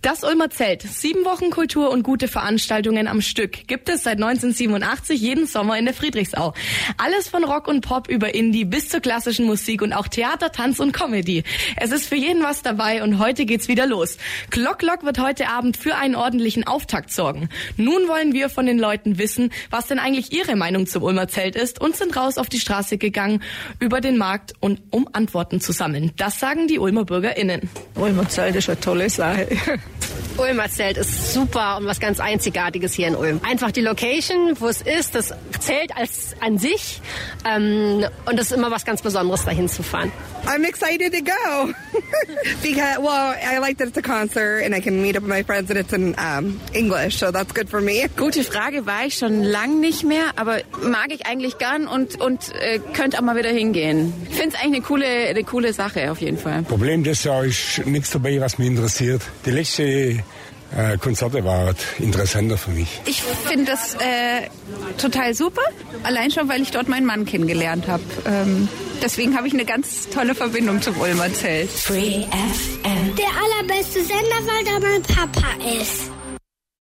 Das Ulmer Zelt. 7 Wochen Kultur und gute Veranstaltungen am Stück gibt es seit 1987 jeden Sommer in der Friedrichsau. Alles von Rock und Pop über Indie bis zur klassischen Musik und auch Theater, Tanz und Comedy. Es ist für jeden was dabei und heute geht's wieder los. Klock wird heute Abend für einen ordentlichen Auftakt sorgen. Nun wollen wir von den Leuten wissen, was denn eigentlich ihre Meinung zum Ulmer Zelt ist und sind raus auf die Straße gegangen über den Markt und um Antworten zu sammeln. Das sagen die Ulmer BürgerInnen. Ulmer Zelt ist eine tolle Sache. Ulmer Zelt ist super und was ganz Einzigartiges hier in Ulm. Einfach die Location, wo es ist, das Zelt als an sich und es ist immer was ganz Besonderes, dahin zu fahren. I'm excited to go because, well, I like that it's a concert and I can meet up with my friends and it's in English, so that's good for me. Gute Frage, war ich schon lang nicht mehr, aber mag ich eigentlich gern und könnte auch mal wieder hingehen. Ich finde es eigentlich eine coole Sache auf jeden Fall. Problem des Jahres ist nichts dabei, was mich interessiert. Die letzte Konzerte waren interessanter für mich. Ich finde das total super, allein schon, weil ich dort meinen Mann kennengelernt habe. Deswegen habe ich eine ganz tolle Verbindung zum Ulmer Zelt. Free FM. Der allerbeste Sender, weil da mein Papa ist.